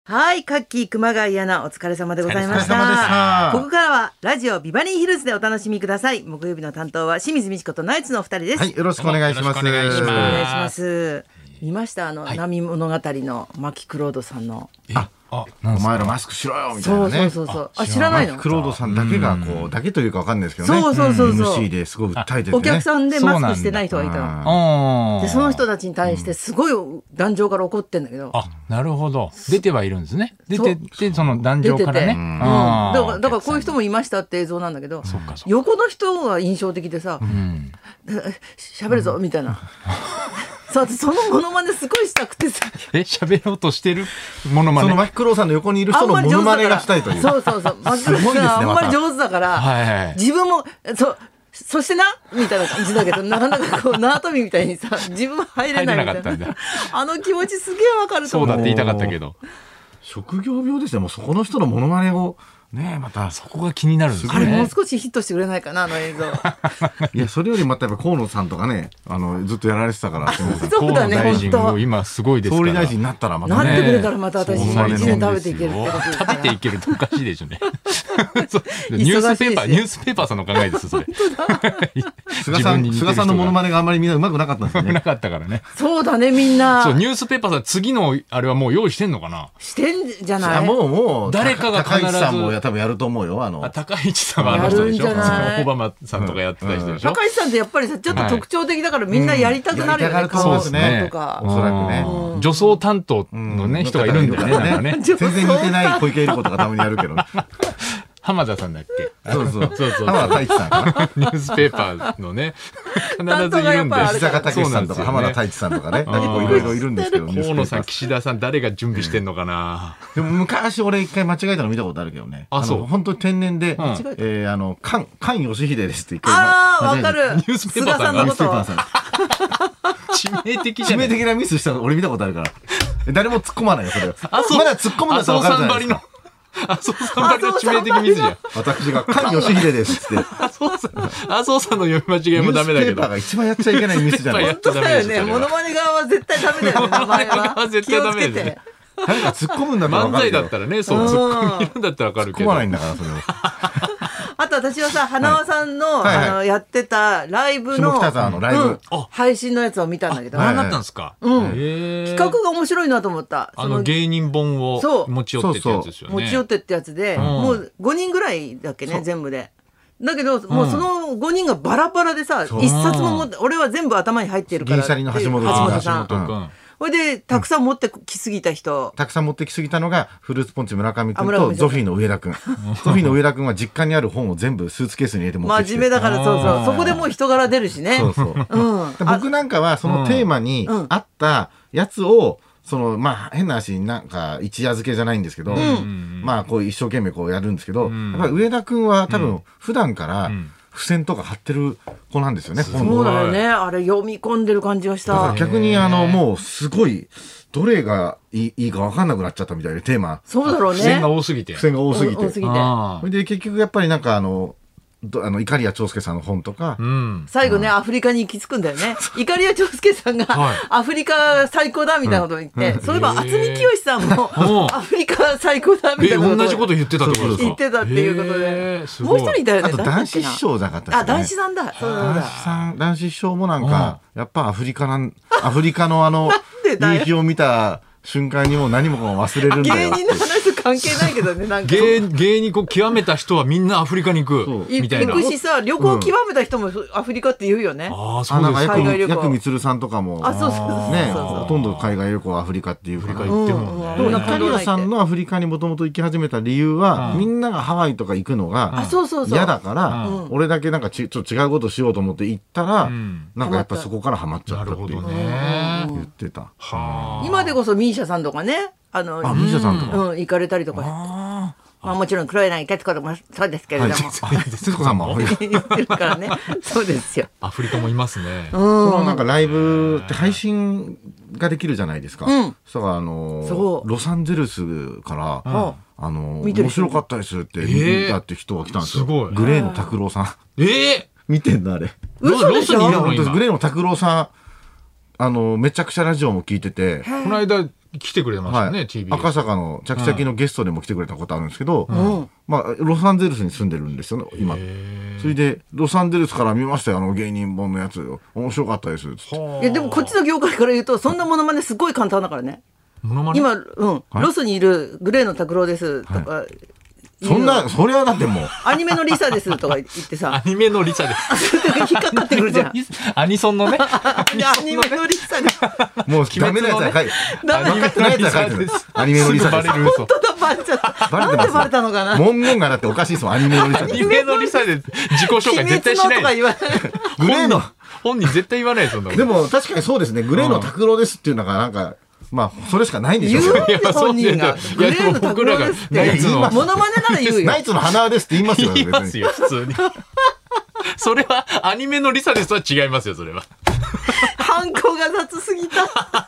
はい、カッキー熊谷アナ、お疲れ様でございましお疲れ様でしたた。 ここからはラジオビバリーヒルズでお楽しみください。木曜日の担当は清水美智子とナイツのお二人です。 はい、よろしくお願いします。 よろしくお願いしますお願いします。見ました波物語のマキクロードさんの。 お前らマスクしろよみたいなね。 そう。あ、知らないの？ クロードさんだけがこうだけというかわかんないですけどね。 そう。 MC ですごい訴えててね。 お客さんでマスクしてない人がいたの。で、その人たちに対してすごい壇上から怒ってんだけど。 あ、なるほど。出てはいるんですね。出てってその壇上からね。 だからこういう人もいましたって映像なんだけど、 そうか横の人が印象的でさ、喋るぞみたいな。そのモノマネすごいしたくてさ。 喋ろうとしてるモノマネ。 そのマキクローさんの横にいる人のモノマネがしたいという。 そう。マキクローさんあんまり上手だから、自分もそしてなみたいな感じだけど、なかなかこう縄跳びみたいにさ、自分入れないみたいな。あの気持ちすげえわかると思う。 そうだって言いたかったけど。 職業病ですね。もうそこの人のモノマネをね、またそこが気になるんですね。 あれもう少しヒットしてくれないかな、あの映像。 いや、それよりまたやっぱ河野さんとかね、ずっとやられてたから。 そうだね、 河野大臣も今すごいですから。 総理大臣になったらまたね。 なってくれたらまた私1年食べていけるってことですから。 食べていけるっておかしいでしょうね。ニュースペーパーさんの考えです、それ。 菅さんのモノマネがあんまりみんなうまくなかったんですよね。 なかったからね。 そうだね、みんな。 そう、ニュースペーパーさん、次のあれはもう用意してんのかな。 してんじゃない。 もう誰かが必ず。 高市さんも多分やると思うよ。 高市さんはあの人でしょ。オバマさんとかやってた人でしょ。 高市さんってやっぱりさ、ちょっと特徴的だからみんなやりたくなるよね。 そうですね。 とか。 おそらくね。 女装担当のね人がいるんだよね。なんかね。 全然似てない小池百合子とかたまにやるけど。 浜田さんだっけ。 そう。浜田太一さんかな。 ニュースペーパーのね、必ずいるんで。 石坂武さんとか浜田太一さんとかね。結構いろいろいるんですけど。 河野さん、岸田さん、誰が準備してんのかな。 でも昔俺一回間違えたの見たことあるけどね。本当に天然で、菅義偉ですって一回。 わかる。 ニュースペーパーさんが。致命的じゃない。 致命的なミスしたの俺見たことあるから。誰も突っ込まないよ、それは。まだ突っ込むんだったら分かるじゃないですか。 麻生さんばりの致命的ミスじゃん。 私が菅義偉ですって。 麻生さんの読み間違いもダメだけど。 ニュースペーパーが一番やっちゃいけないミスじゃない。 本当だよね。モノマネ側は絶対ダメだよね。名前は絶対ダメですね。 誰か突っ込むんだったら分かるけど。 漫才だったらね、そう突っ込みいるんだったら分かるけど。 突っ込まないんだからそれを。 あと私はさ、花輪さんのやってたライブの下北沢のライブ配信のやつを見たんだけど。 何だったんですか。 企画が面白いなと思った。 芸人本を持ち寄ってってやつですよね。 持ち寄ってってやつで、もう5人ぐらいだっけね、全部で。だけど、もうその5人がバラバラでさ、一冊も持って、俺は全部頭に入ってるから。 銀シャリの橋本さん。それで、たくさん持ってきすぎた人。 たくさん持ってきすぎたのが、フルーツポンチ村上くんとゾフィーの上田くん。ゾフィーの上田くんは実家にある本を全部スーツケースに入れて持ってきて。 真面目だから、そう。そこでもう人柄出るしね。 そう。僕なんかは、そのテーマに合ったやつを、変な話、なんか、一夜漬けじゃないんですけど、こう一生懸命こうやるんですけど、やっぱり上田くんは多分、普段から、付箋とか貼ってる子なんですよね。 そうだよね。あれ読み込んでる感じがした。 逆にもうすごいどれがいいか分かんなくなっちゃったみたいでテーマ。 そうだろうね。 付箋が多すぎて。 付箋が多すぎて。 それで結局やっぱりなんか碇谷長介さんの本とか、 最後ね、アフリカに行き着くんだよね。碇谷長介さんがアフリカ最高だみたいなことを言って、そういえば渥美清さんもアフリカ最高だみたいなこと同じこと言ってたってことですか。 言ってたっていうことで、もう一人いたよね。 あと男子師匠じゃなかったですかね。 男子さんだ。 男子師匠もなんかやっぱアフリカの夕日を見た瞬間にも何もかも忘れるんだよ。 芸人の話と関係ないけどね、なんか。 芸にこう極めた人はみんなアフリカに行くみたいな。 行くしさ、旅行極めた人もアフリカって言うよね。 ああ、そうですか。 ヤクミツルさんとかも、 そうね、ほとんど海外旅行はアフリカっていうか。 アフリカ行ってもでも碇谷さんのアフリカにもともと行き始めた理由は、みんながハワイとか行くのが嫌だから、俺だけなんかちょっと違うことしようと思って行ったら、なんかやっぱそこからハマっちゃったっていう言ってた。 今でこそミーシャさんとかね。 ミーシャさんとか。 行かれたりとか。もちろん黒柳徹子とかもそうですけれども。 徹子さんも言ってるからね。そうですよ。 アフリカもいますね。 そのなんかライブって配信ができるじゃないですか。そしたらロサンゼルスから面白かったですって見たって人が来たんですよ。グレーの拓郎さん。見てんだあれ。 嘘でしょ。 グレーの拓郎さんめちゃくちゃラジオも聞いてて。 この間来てくれましたね、TBS。 赤坂のチャキチャキのゲストでも来てくれたことあるんですけど、まあ、ロサンゼルスに住んでるんですよね、今。それで、ロサンゼルスから見ましたよ、芸人本のやつ。面白かったです。 いや、でもこっちの業界から言うと、そんなモノマネすごい簡単だからね。今、ロスにいるグレーの拓郎ですとか。 それはだってもう。 アニメのリサですとか言ってさ。 アニメのリサです。 引っかかってくるじゃん。 アニソンのね。 アニメのリサで。 もうダメなやつは書いて。分かってないやつは書いてる。アニメのリサです。 本当だ、バレちゃった。なんでバレたのかな。 文言がだっておかしいですもん、アニメのリサで。 アニメのリサで自己紹介絶対しない。 グレーの。 本人絶対言わないですよ。 でも確かにそうですね、グレーの拓郎ですっていうのがなんか、まあ、それしかないんでしょうけど。本人が。グレーの拓郎ですって。モノマネなら言うよ。 ナイツの花輪ですって言いますよ。 言いますよ、普通に。それは、アニメのリサですとは違いますよ、それは。 ハンコが雑すぎた。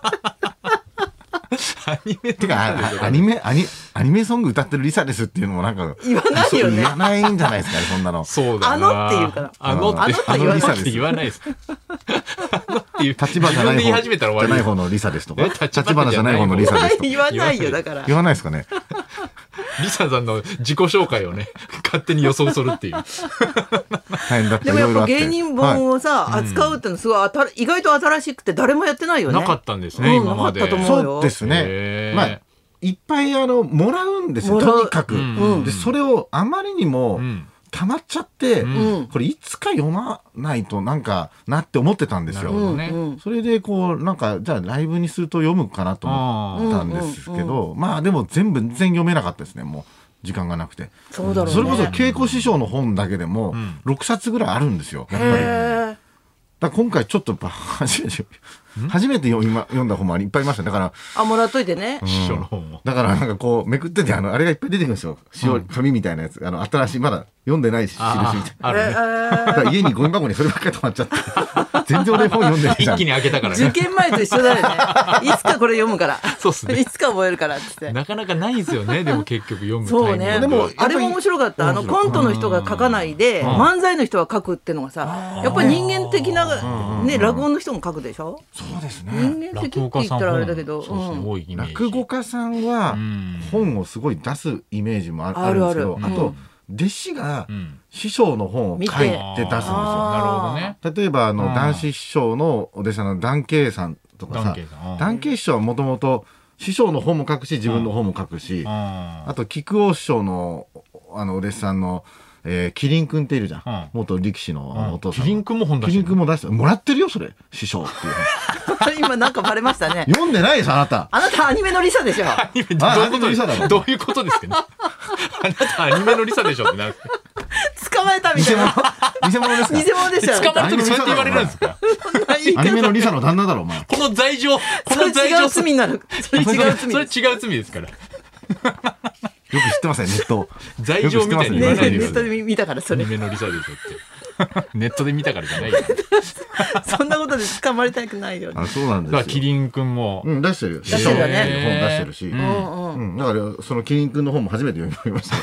アニメってか、アニメソング歌ってるリサですっていうのもなんか、 言わないよね。 言わないんじゃないですかね、そんなの。 そうだな。 って言うから。 あのって言わないです。 立場じゃない方のリサですとか。立花じゃない方のリサですとか。 言わないよ、だから。 言わないですかね。 リサさんの自己紹介をね、勝手に予想するっていう。 でもやっぱ芸人本をさ、扱うってのすごい意外と新しくて誰もやってないよね。 なかったんですね、今まで。 そうですね。まあ、いっぱいもらうんですよ、とにかく。で、それをあまりにも、溜まっちゃって、これいつか読まないとなんかなって思ってたんですよ。それでこうなんかじゃあライブにすると読むかなと思ったんですけど、まあでも全読めなかったですね、もう時間がなくて。それこそ稽古師匠の本だけでも6冊ぐらいあるんですよ、やっぱり。だ今回ちょっと初めて読んだ本もいっぱいいました。だからもらっといてね。 だからなんかこうめくっててあれがいっぱい出てくるんですよ。紙みたいなやつ、新しいまだ読んでない印みたいな。家にゴミ箱にそればっかり止まっちゃって全然俺本読んでないじゃん。 一気に開けたからね。 受験前と一緒だよね。いつかこれ読むから。 そうですね。 いつか覚えるからって。 なかなかないですよね。でも結局読むタイミング。 そうね。でもあれも面白かった。コントの人が書かないで漫才の人は書くっていうのがさ、やっぱり人間的なね、落語の人も書くでしょ。 そうですね。 人間的って言ったらあれだけど、 落語家さんは本をすごい出すイメージもあるんですけど、あと弟子が師匠の本を書いて出すんですよ。なるほどね。 例えば談志師匠のお弟子さんの談慶さんとかさ、談慶師匠はもともと師匠の本も書くし自分の本も書くし、あと木久扇師匠のお弟子さんのキリン君っているじゃん、元力士のお父さん。 キリン君も本出してる。 キリン君も出してもらってるよ、それ師匠っていう今なんかバレましたね。 読んでないです、あなた。 あなたアニメのリサでしょ。 どういうことですかね。あなたアニメのリサでしょってなる。 捕まえたみたいな。 偽物ですか。 偽物でしょ。 捕まえた時そうやって言われるんですか。 アニメのリサの旦那だろお前。 この罪状、 それ違う罪になる。 それ違う罪ですから。 よく知ってますね、ネット。 罪状みたいに言わないでネットで見たからそれ。 アニメのリサでしょって。ネットで見たからじゃないよ。 そんなことで捕まりたくないよね。 そうなんですよ。 キリン君も出してる。 出してるね。 本出してるし。だからそのキリン君の本も初めて読みました。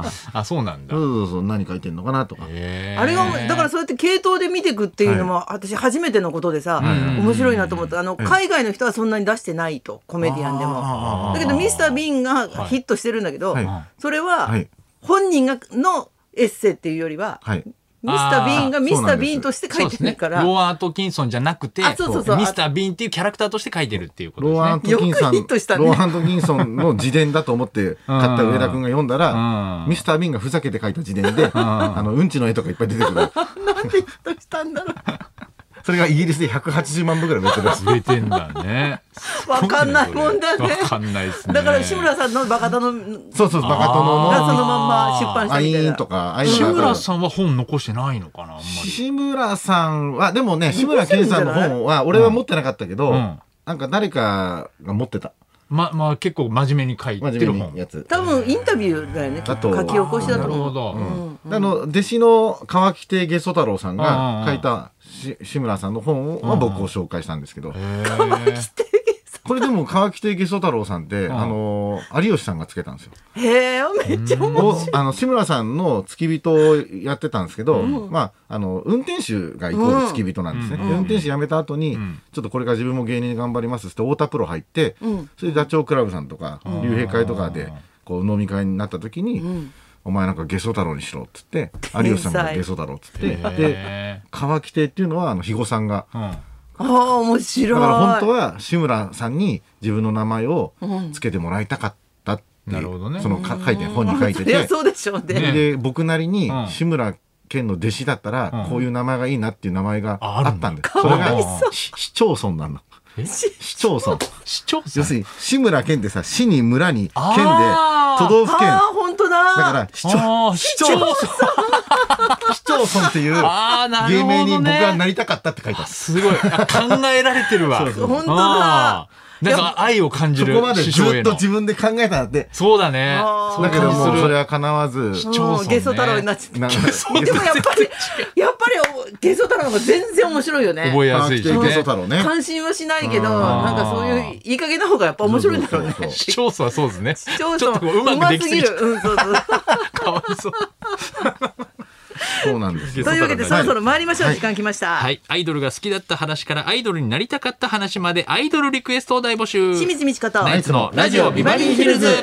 あ、そうなんだ。 そう何書いてんのかなとか。 あれがだからそうやって系統で見ていくっていうのも私初めてのことでさ、面白いなと思った。海外の人はそんなに出してないと、コメディアンでも。だけどミスター・ビーンがヒットしてるんだけど、それは本人のエッセイっていうよりは。ミスター・ビーンがミスター・ビーンとして書いてるから、 ローアートキンソンじゃなくてミスター・ビーンっていうキャラクターとして書いてるっていうことですね。 ローアートキンソンの自伝だと思って買った上田君が読んだら、ミスター・ビーンがふざけて書いた自伝でうんちの絵とかいっぱい出てくる。 なんでヒットしたんだろう。 それがイギリスで180万部ぐらい売れてるらしい。 売れてんだね。 わかんないもんだね。 わかんないですね。 だから志村さんのバカ殿のそうバカ殿のそのまんま出版したみたいな。 とか志村さんは本残してないのかな。あんまり。 志村さんはでもね、志村けんさんの本は俺は持ってなかったけど、なんか誰かが持ってた。 まあ結構真面目に書いてる本。 多分インタビューだよね。書き起こしだと思う。 弟子の川木亭ゲソ太郎さんが書いた志村さんの本は僕を紹介したんですけど、 川木亭ゲソこれでも川北ゲソ太郎さんって有吉さんがつけたんですよ。 へえ、めっちゃ面白い。 志村さんの付き人をやってたんですけど、まあ運転手がイコール付き人なんですね。運転手辞めた後にちょっとこれから自分も芸人頑張りますって太田プロ入って、それでダチョウ倶楽部さんとか竜兵会とかでこう飲み会になった時に、お前なんかゲソ太郎にしろっつって有吉さんがゲソ太郎っつって、で川北っていうのは肥後さんが、 面白い。 だから本当は志村さんに自分の名前をつけてもらいたかったっていう、その書いて本に書いてて、 そうでしょうね。 で僕なりに志村けんの弟子だったらこういう名前がいいなっていう名前があったんで、それが市町村なの。市町村。要するに志村けんってさ、市に村に県で都道府県。 本当だ。 だから市町村っていう芸名に僕はなりたかったって書いてある。 すごい考えられてるわ。 本当だ。 だから愛を感じる。 そこまでずっと自分で考えたんだって。 そうだね。 だけどもうそれは叶わずゲソ太郎になっちゃった。でもやっぱりゲソ太郎の方が全然面白いよね。 覚えやすいしね。 ゲソ太郎ね。 関心はしないけど、なんかそういういい加減な方がやっぱ面白いんだろうね。 市町村はそうですね。 市町村うまくできすぎる。 そうかわいそう。 そうなんです。 というわけでそろそろ参りましょう。時間きました。 はい。アイドルが好きだった話からアイドルになりたかった話までアイドルリクエストを大募集。 清水美智子とナイツのラジオビバリーヒルズ。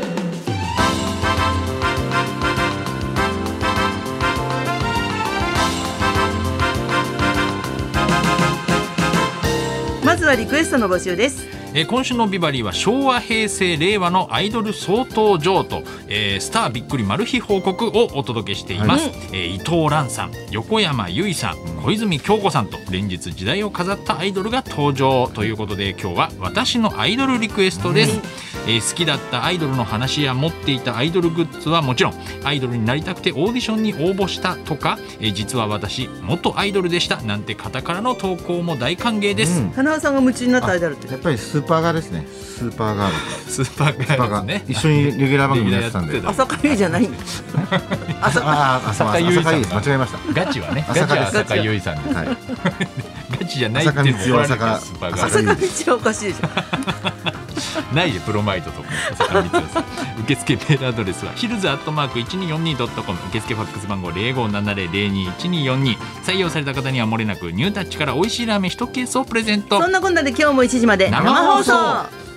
まずはリクエストの募集です。 今週のビバリーは昭和平成令和のアイドル総登場と、スターびっくりマル秘報告をお届けしています、伊藤蘭さん、横山由依さん、小泉京子さんと連日時代を飾ったアイドルが登場ということで、今日は私のアイドルリクエストです、好きだったアイドルの話や持っていたアイドルグッズはもちろん、アイドルになりたくてオーディションに応募したとか、実は私元アイドルでしたなんて方からの投稿も大歓迎です。 花輪さんが夢中になったアイドルってやっぱりスーパーガーですね。スーパーガール。 スーパーガールですね。 一緒にレギュラー番組やってたんで。 浅香唯じゃない。 浅香唯さん。 間違えました。 ガチはね。ガチは浅香唯さんで。ガチじゃないっていうのも浅香道はおかしいじゃん。 ないでプロマイドとか浅香光代さん。受付メールアドレスはヒルズ@1242.com、受付ファックス番号0570021242。採用された方にはもれなくニュータッチから美味しいラーメン1ケースをプレゼント。 そんなこんなで今日も1時まで生放送。